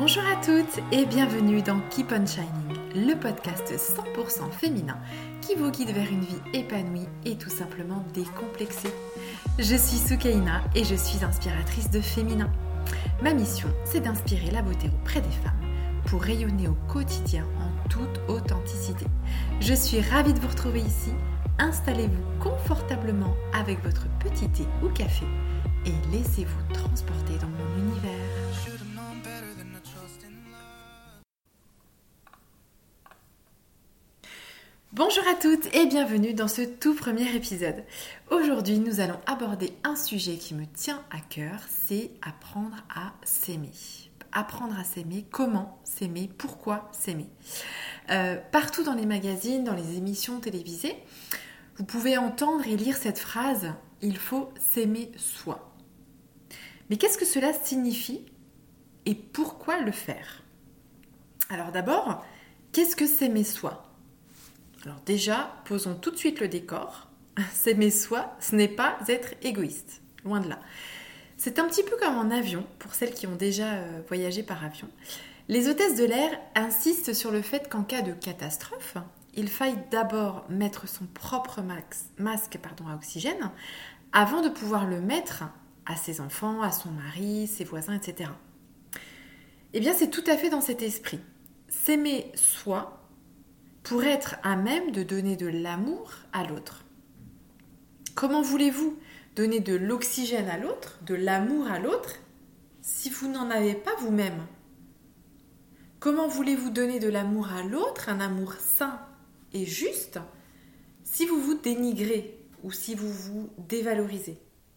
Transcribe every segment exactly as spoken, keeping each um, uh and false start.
Bonjour à toutes et bienvenue dans Keep on Shining, le podcast cent pour cent féminin qui vous guide vers une vie épanouie et tout simplement décomplexée. Je suis Soukaina et je suis inspiratrice de féminin. Ma mission, c'est d'inspirer la beauté auprès des femmes pour rayonner au quotidien en toute authenticité. Je suis ravie de vous retrouver ici. Installez-vous confortablement avec votre petit thé ou café et laissez-vous transporter dans mon univers. Bonjour à toutes et bienvenue dans ce tout premier épisode. Aujourd'hui, nous allons aborder un sujet qui me tient à cœur, c'est apprendre à s'aimer. Apprendre à s'aimer, comment s'aimer, pourquoi s'aimer. Euh, partout dans les magazines, dans les émissions télévisées, vous pouvez entendre et lire cette phrase « il faut s'aimer soi ». Mais qu'est-ce que cela signifie et pourquoi le faire ? Alors d'abord, qu'est-ce que s'aimer soi ? Alors déjà, posons tout de suite le décor. S'aimer soi, ce n'est pas être égoïste, loin de là. C'est un petit peu comme en avion, pour celles qui ont déjà euh, voyagé par avion. Les hôtesses de l'air insistent sur le fait qu'en cas de catastrophe, il faille d'abord mettre son propre max, masque pardon, à oxygène avant de pouvoir le mettre à ses enfants, à son mari, ses voisins, et cetera. Eh bien, c'est tout à fait dans cet esprit. S'aimer soi, pour être à même de donner de l'amour à l'autre. Comment voulez-vous donner de l'oxygène à l'autre, de l'amour à l'autre, si vous n'en avez pas vous-même ? Comment voulez-vous donner de l'amour à l'autre, un amour sain et juste, si vous vous dénigrez ou si vous vous dévalorisez ?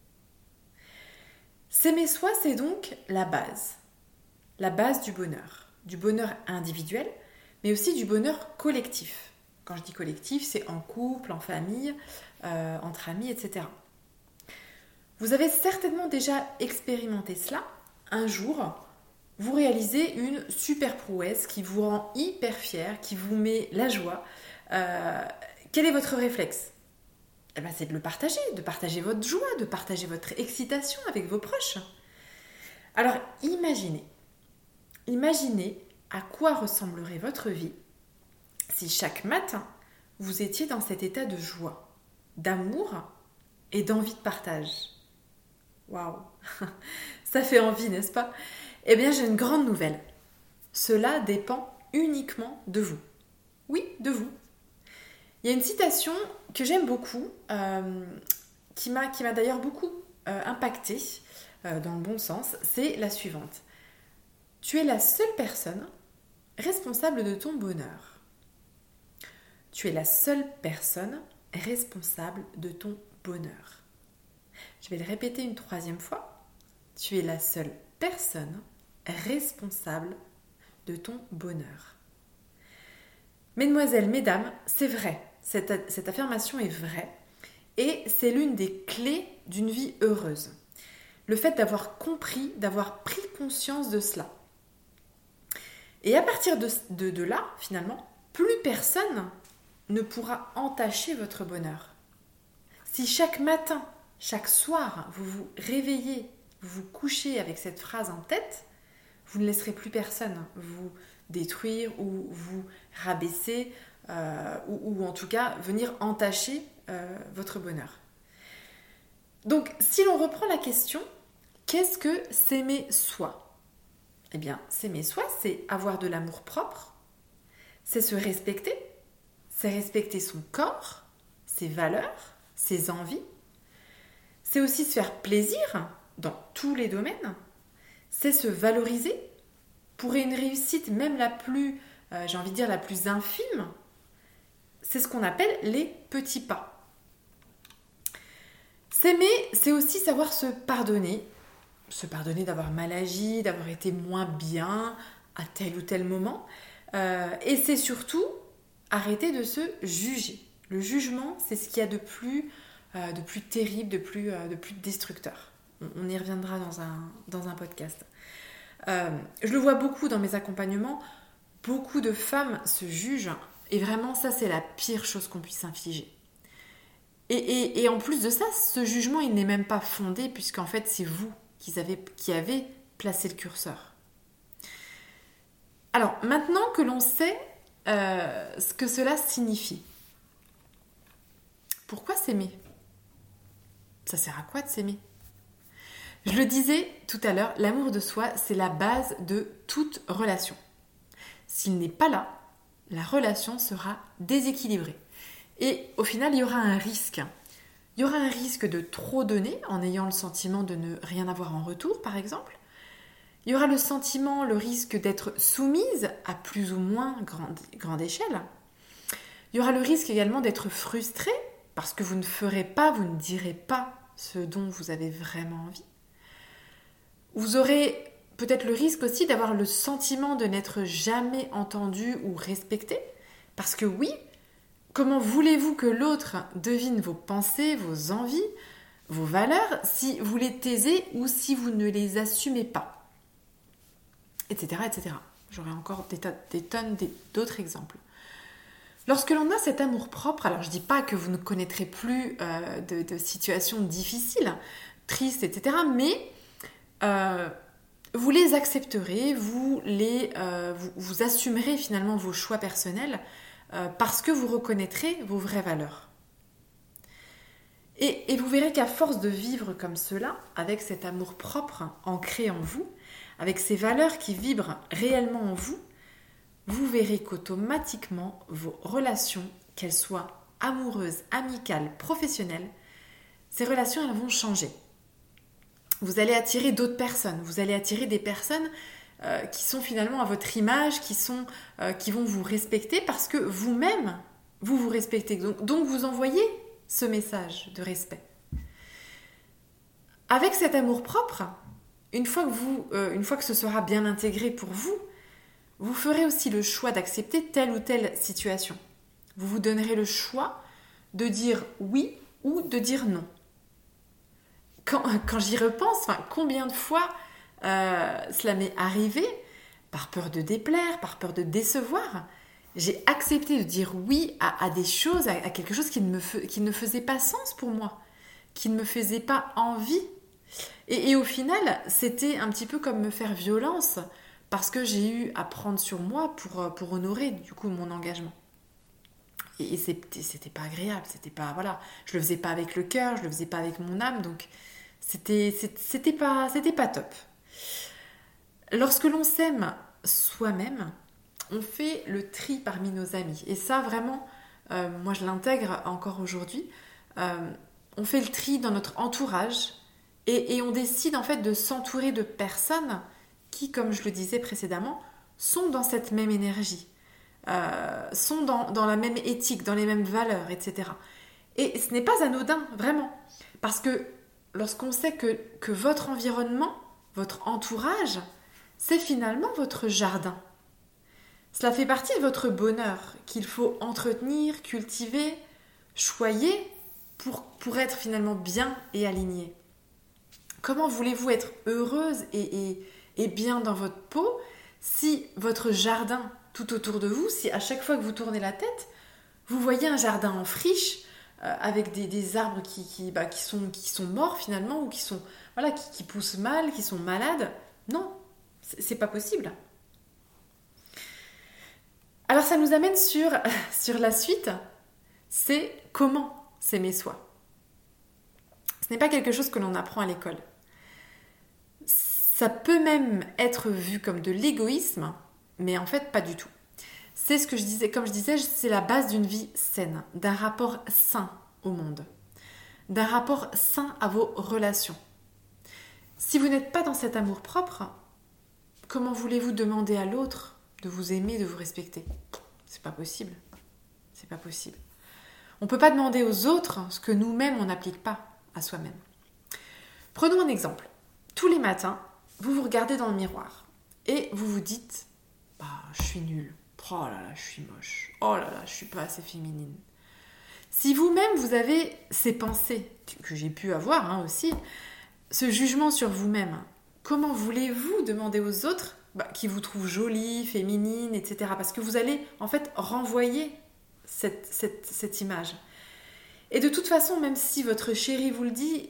S'aimer soi, c'est donc la base, la base du bonheur, du bonheur individuel, mais aussi du bonheur collectif. Quand je dis collectif, c'est en couple, en famille, euh, entre amis, et cetera. Vous avez certainement déjà expérimenté cela. Un jour, vous réalisez une super prouesse qui vous rend hyper fier, qui vous met la joie. Euh, quel est votre réflexe ? Eh bien, c'est de le partager, de partager votre joie, de partager votre excitation avec vos proches. Alors, imaginez, imaginez à quoi ressemblerait votre vie si chaque matin, vous étiez dans cet état de joie, d'amour et d'envie de partage. Waouh, ça fait envie, n'est-ce pas ? Eh bien, j'ai une grande nouvelle. Cela dépend uniquement de vous. Oui, de vous. Il y a une citation que j'aime beaucoup, euh, qui m'a, qui m'a d'ailleurs beaucoup euh, impactée, euh, dans le bon sens, c'est la suivante. Tu es la seule personne responsable de ton bonheur. Tu es la seule personne responsable de ton bonheur. Je vais le répéter une troisième fois. Tu es la seule personne responsable de ton bonheur. Mesdemoiselles, mesdames, c'est vrai. Cette, cette affirmation est vraie et c'est l'une des clés d'une vie heureuse. Le fait d'avoir compris, d'avoir pris conscience de cela. Et à partir de, de, de là, finalement, plus personne ne pourra entacher votre bonheur. Si chaque matin, chaque soir, vous vous réveillez, vous vous couchez avec cette phrase en tête, vous ne laisserez plus personne vous détruire ou vous rabaisser euh, ou, ou en tout cas venir entacher euh, votre bonheur. Donc, si l'on reprend la question, qu'est-ce que s'aimer soi ? Eh bien, s'aimer soi, c'est avoir de l'amour propre, c'est se respecter, c'est respecter son corps, ses valeurs, ses envies. C'est aussi se faire plaisir dans tous les domaines. C'est se valoriser pour une réussite même la plus, euh, j'ai envie de dire la plus infime. C'est ce qu'on appelle les petits pas. S'aimer, c'est aussi savoir se pardonner. Se pardonner d'avoir mal agi, d'avoir été moins bien à tel ou tel moment. Euh, et c'est surtout arrêter de se juger. Le jugement, c'est ce qu'il y a de plus, euh, de plus terrible, de plus, euh, de plus destructeur. On, on y reviendra dans un, dans un podcast. Euh, je le vois beaucoup dans mes accompagnements. Beaucoup de femmes se jugent. Et vraiment, ça, c'est la pire chose qu'on puisse infliger. Et, et, et en plus de ça, ce jugement, il n'est même pas fondé, puisqu'en fait, c'est vous qui avez, qui avez placé le curseur. Alors, maintenant que l'on sait euh, ce que cela signifie, pourquoi s'aimer ? Ça sert à quoi de s'aimer ? Je le disais tout à l'heure, l'amour de soi, c'est la base de toute relation. S'il n'est pas là, la relation sera déséquilibrée. Et au final, il y aura un risque. Il y aura un risque de trop donner en ayant le sentiment de ne rien avoir en retour, par exemple. Il y aura le sentiment, le risque d'être soumise à plus ou moins grande, grande échelle. Il y aura le risque également d'être frustré parce que vous ne ferez pas, vous ne direz pas ce dont vous avez vraiment envie. Vous aurez peut-être le risque aussi d'avoir le sentiment de n'être jamais entendu ou respecté. Parce que oui, comment voulez-vous que l'autre devine vos pensées, vos envies, vos valeurs si vous les taisez ou si vous ne les assumez pas ? Etc, et cetera. J'aurais encore des, tas, des tonnes des, d'autres exemples. Lorsque l'on a cet amour-propre, alors je ne dis pas que vous ne connaîtrez plus euh, de, de situations difficiles, tristes, et cetera, mais euh, vous les accepterez, vous, les, euh, vous, vous assumerez finalement vos choix personnels euh, parce que vous reconnaîtrez vos vraies valeurs. Et, et vous verrez qu'à force de vivre comme cela, avec cet amour-propre ancré en vous, avec ces valeurs qui vibrent réellement en vous, vous verrez qu'automatiquement, vos relations, qu'elles soient amoureuses, amicales, professionnelles, ces relations, elles vont changer. Vous allez attirer d'autres personnes, vous allez attirer des personnes euh, qui sont finalement à votre image, qui, sont, euh, qui vont vous respecter parce que vous-même, vous vous respectez. Donc, donc vous envoyez ce message de respect. Avec cet amour-propre, Une fois, que vous, euh, une fois que ce sera bien intégré pour vous, vous ferez aussi le choix d'accepter telle ou telle situation. Vous vous donnerez le choix de dire oui ou de dire non. Quand, quand j'y repense, enfin, combien de fois euh, cela m'est arrivé, par peur de déplaire, par peur de décevoir, j'ai accepté de dire oui à, à des choses, à, à quelque chose qui ne, me fe, qui ne faisait pas sens pour moi, qui ne me faisait pas envie. Et, et au final, c'était un petit peu comme me faire violence parce que j'ai eu à prendre sur moi pour, pour honorer du coup mon engagement. Et, et c'était, c'était pas agréable, c'était pas, voilà, je le faisais pas avec le cœur, je le faisais pas avec mon âme, donc c'était, c'était, pas, c'était pas top. Lorsque l'on s'aime soi-même, on fait le tri parmi nos amis. Et ça, vraiment, euh, moi je l'intègre encore aujourd'hui. Euh, on fait le tri dans notre entourage. Et, et on décide en fait de s'entourer de personnes qui, comme je le disais précédemment, sont dans cette même énergie, euh, sont dans, dans la même éthique, dans les mêmes valeurs, et cetera. Et ce n'est pas anodin, vraiment. Parce que lorsqu'on sait que, que votre environnement, votre entourage, c'est finalement votre jardin. Cela fait partie de votre bonheur qu'il faut entretenir, cultiver, choyer pour, pour être finalement bien et aligné. Comment voulez-vous être heureuse et, et, et bien dans votre peau si votre jardin tout autour de vous, si à chaque fois que vous tournez la tête, vous voyez un jardin en friche euh, avec des, des arbres qui, qui, bah, qui, sont, qui sont morts finalement ou qui, sont, voilà, qui, qui poussent mal, qui sont malades? Non, c'est, c'est pas possible. Alors ça nous amène sur, sur la suite, c'est comment s'aimer soi. Ce n'est pas quelque chose que l'on apprend à l'école. Ça peut même être vu comme de l'égoïsme, mais en fait pas du tout. C'est ce que je disais, comme je disais, c'est la base d'une vie saine, d'un rapport sain au monde, d'un rapport sain à vos relations. Si vous n'êtes pas dans cet amour-propre, comment voulez-vous demander à l'autre de vous aimer, de vous respecter? C'est pas possible. C'est pas possible. On ne peut pas demander aux autres ce que nous-mêmes on n'applique pas à soi-même. Prenons un exemple. Tous les matins, vous vous regardez dans le miroir et vous vous dites bah, je suis nulle, oh là là, je suis moche, oh là là, je suis pas assez féminine. Si vous-même vous avez ces pensées que j'ai pu avoir hein, aussi, ce jugement sur vous-même, comment voulez-vous demander aux autres bah, qui vous trouvent jolie, féminine, et cetera. Parce que vous allez en fait renvoyer cette, cette, cette image. Et de toute façon, même si votre chéri vous le dit,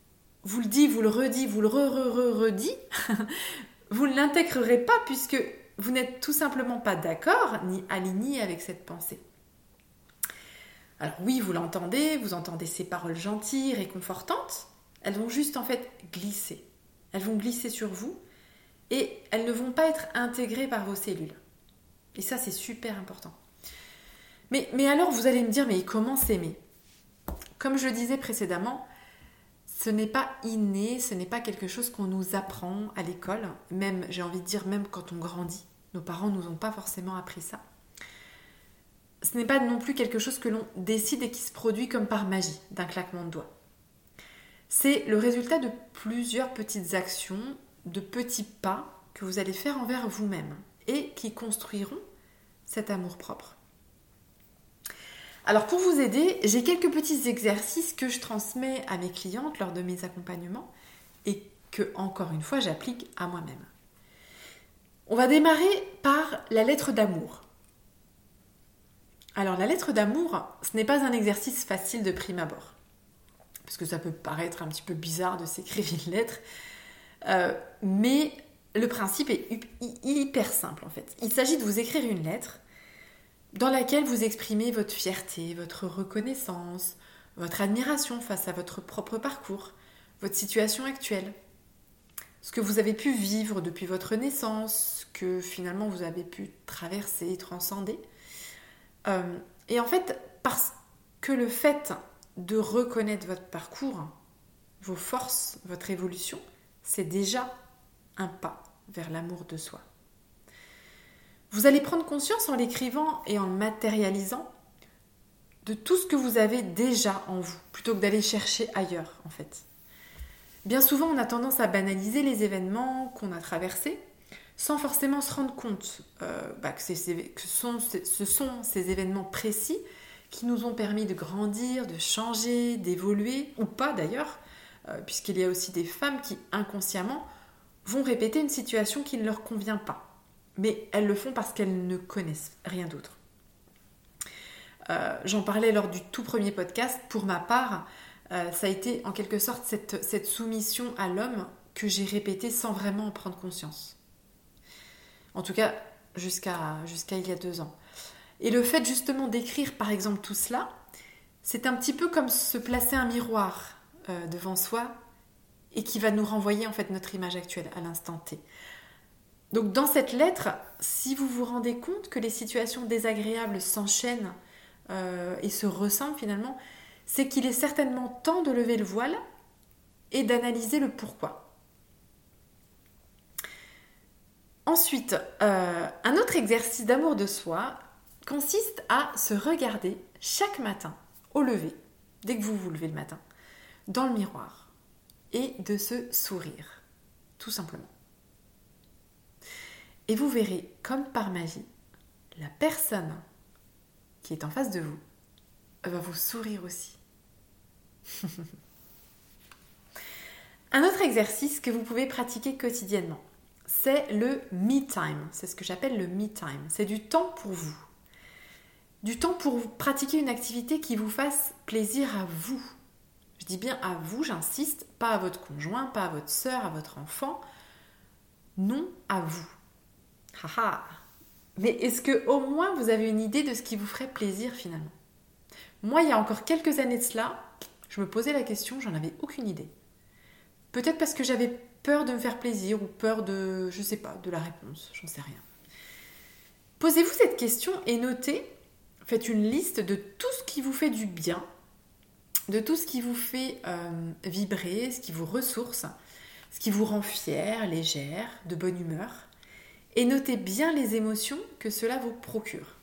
vous le dit, vous le redit, vous le re-re-re-redit, vous ne l'intégrerez pas puisque vous n'êtes tout simplement pas d'accord ni aligné avec cette pensée. Alors oui, vous l'entendez, vous entendez ces paroles gentilles, réconfortantes, elles vont juste en fait glisser. Elles vont glisser sur vous et elles ne vont pas être intégrées par vos cellules. Et ça, c'est super important. Mais, mais alors, vous allez me dire, mais comment s'aimer ? Comme je le disais précédemment, ce n'est pas inné, ce n'est pas quelque chose qu'on nous apprend à l'école. Même, j'ai envie de dire, même quand on grandit. Nos parents ne nous ont pas forcément appris ça. Ce n'est pas non plus quelque chose que l'on décide et qui se produit comme par magie, d'un claquement de doigts. C'est le résultat de plusieurs petites actions, de petits pas que vous allez faire envers vous-même et qui construiront cet amour-propre. Alors pour vous aider, j'ai quelques petits exercices que je transmets à mes clientes lors de mes accompagnements et que, encore une fois, j'applique à moi-même. On va démarrer par la lettre d'amour. Alors la lettre d'amour, ce n'est pas un exercice facile de prime abord. Parce que ça peut paraître un petit peu bizarre de s'écrire une lettre. Euh, mais le principe est hyper simple en fait. Il s'agit de vous écrire une lettre dans laquelle vous exprimez votre fierté, votre reconnaissance, votre admiration face à votre propre parcours, votre situation actuelle, ce que vous avez pu vivre depuis votre naissance, que finalement vous avez pu traverser, transcender. Euh, et en fait, parce que le fait de reconnaître votre parcours, vos forces, votre évolution, c'est déjà un pas vers l'amour de soi. Vous allez prendre conscience en l'écrivant et en le matérialisant de tout ce que vous avez déjà en vous, plutôt que d'aller chercher ailleurs, en fait. Bien souvent, on a tendance à banaliser les événements qu'on a traversés, sans forcément se rendre compte euh, bah, que, c'est, que ce, sont, ce sont ces événements précis qui nous ont permis de grandir, de changer, d'évoluer, ou pas d'ailleurs, euh, puisqu'il y a aussi des femmes qui, inconsciemment, vont répéter une situation qui ne leur convient pas. Mais elles le font parce qu'elles ne connaissent rien d'autre. Euh, j'en parlais lors du tout premier podcast. Pour ma part, euh, ça a été en quelque sorte cette, cette soumission à l'homme que j'ai répétée sans vraiment en prendre conscience. En tout cas, jusqu'à, jusqu'à il y a deux ans. Et le fait justement d'écrire par exemple tout cela, c'est un petit peu comme se placer un miroir euh, devant soi et qui va nous renvoyer en fait notre image actuelle à l'instant T. Donc dans cette lettre, si vous vous rendez compte que les situations désagréables s'enchaînent euh, et se ressemblent finalement, c'est qu'il est certainement temps de lever le voile et d'analyser le pourquoi. Ensuite, euh, un autre exercice d'amour de soi consiste à se regarder chaque matin au lever, dès que vous vous levez le matin, dans le miroir et de se sourire, tout simplement. Et vous verrez, comme par magie, la personne qui est en face de vous va vous sourire aussi. Un autre exercice que vous pouvez pratiquer quotidiennement, c'est le me time. C'est ce que j'appelle le me time. C'est du temps pour vous. Du temps pour vous pratiquer une activité qui vous fasse plaisir à vous. Je dis bien à vous, j'insiste, pas à votre conjoint, pas à votre sœur, à votre enfant. Non, à vous. Haha. Mais est-ce que au moins vous avez une idée de ce qui vous ferait plaisir finalement ? Moi, il y a encore quelques années de cela, je me posais la question, j'en avais aucune idée. Peut-être parce que j'avais peur de me faire plaisir ou peur de, je sais pas, de la réponse, j'en sais rien. Posez-vous cette question et notez, faites une liste de tout ce qui vous fait du bien, de tout ce qui vous fait euh, vibrer, ce qui vous ressource, ce qui vous rend fière, légère, de bonne humeur. Et notez bien les émotions que cela vous procure.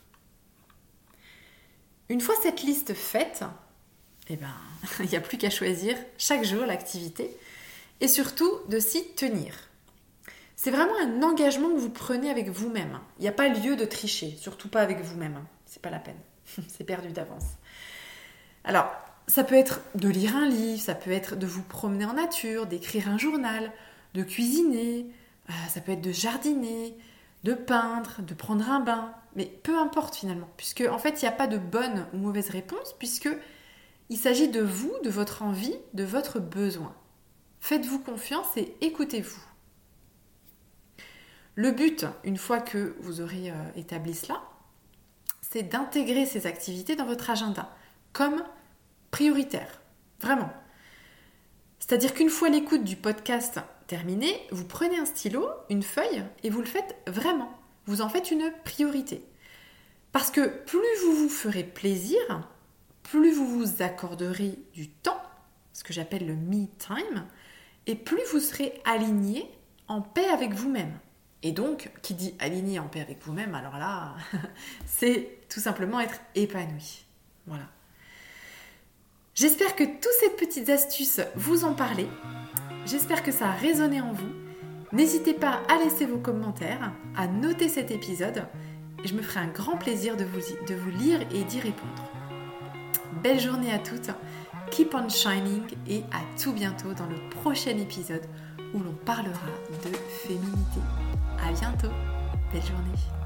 Une fois cette liste faite, eh ben, il n'y a plus qu'à choisir chaque jour l'activité et surtout de s'y tenir. C'est vraiment un engagement que vous prenez avec vous-même. Il n'y a pas lieu de tricher, surtout pas avec vous-même. C'est pas la peine, c'est perdu d'avance. Alors, ça peut être de lire un livre, ça peut être de vous promener en nature, d'écrire un journal, de cuisiner, ça peut être de jardiner, de peindre, de prendre un bain, mais peu importe finalement, puisque en fait il n'y a pas de bonne ou mauvaise réponse, puisque il s'agit de vous, de votre envie, de votre besoin. Faites-vous confiance et écoutez-vous. Le but, une fois que vous aurez euh, établi cela, c'est d'intégrer ces activités dans votre agenda comme prioritaire. Vraiment. C'est-à-dire qu'une fois l'écoute du podcast terminée, vous prenez un stylo, une feuille et vous le faites vraiment. Vous en faites une priorité. Parce que plus vous vous ferez plaisir, plus vous vous accorderez du temps, ce que j'appelle le me time, et plus vous serez aligné, en paix avec vous-même. Et donc, qui dit aligné en paix avec vous-même, alors là, c'est tout simplement être épanoui. Voilà. J'espère que toutes ces petites astuces vous ont parlé. J'espère que ça a résonné en vous. N'hésitez pas à laisser vos commentaires, à noter cet épisode. Et je me ferai un grand plaisir de vous, de vous lire et d'y répondre. Belle journée à toutes. Keep on shining et à tout bientôt dans le prochain épisode où l'on parlera de féminité. À bientôt. Belle journée.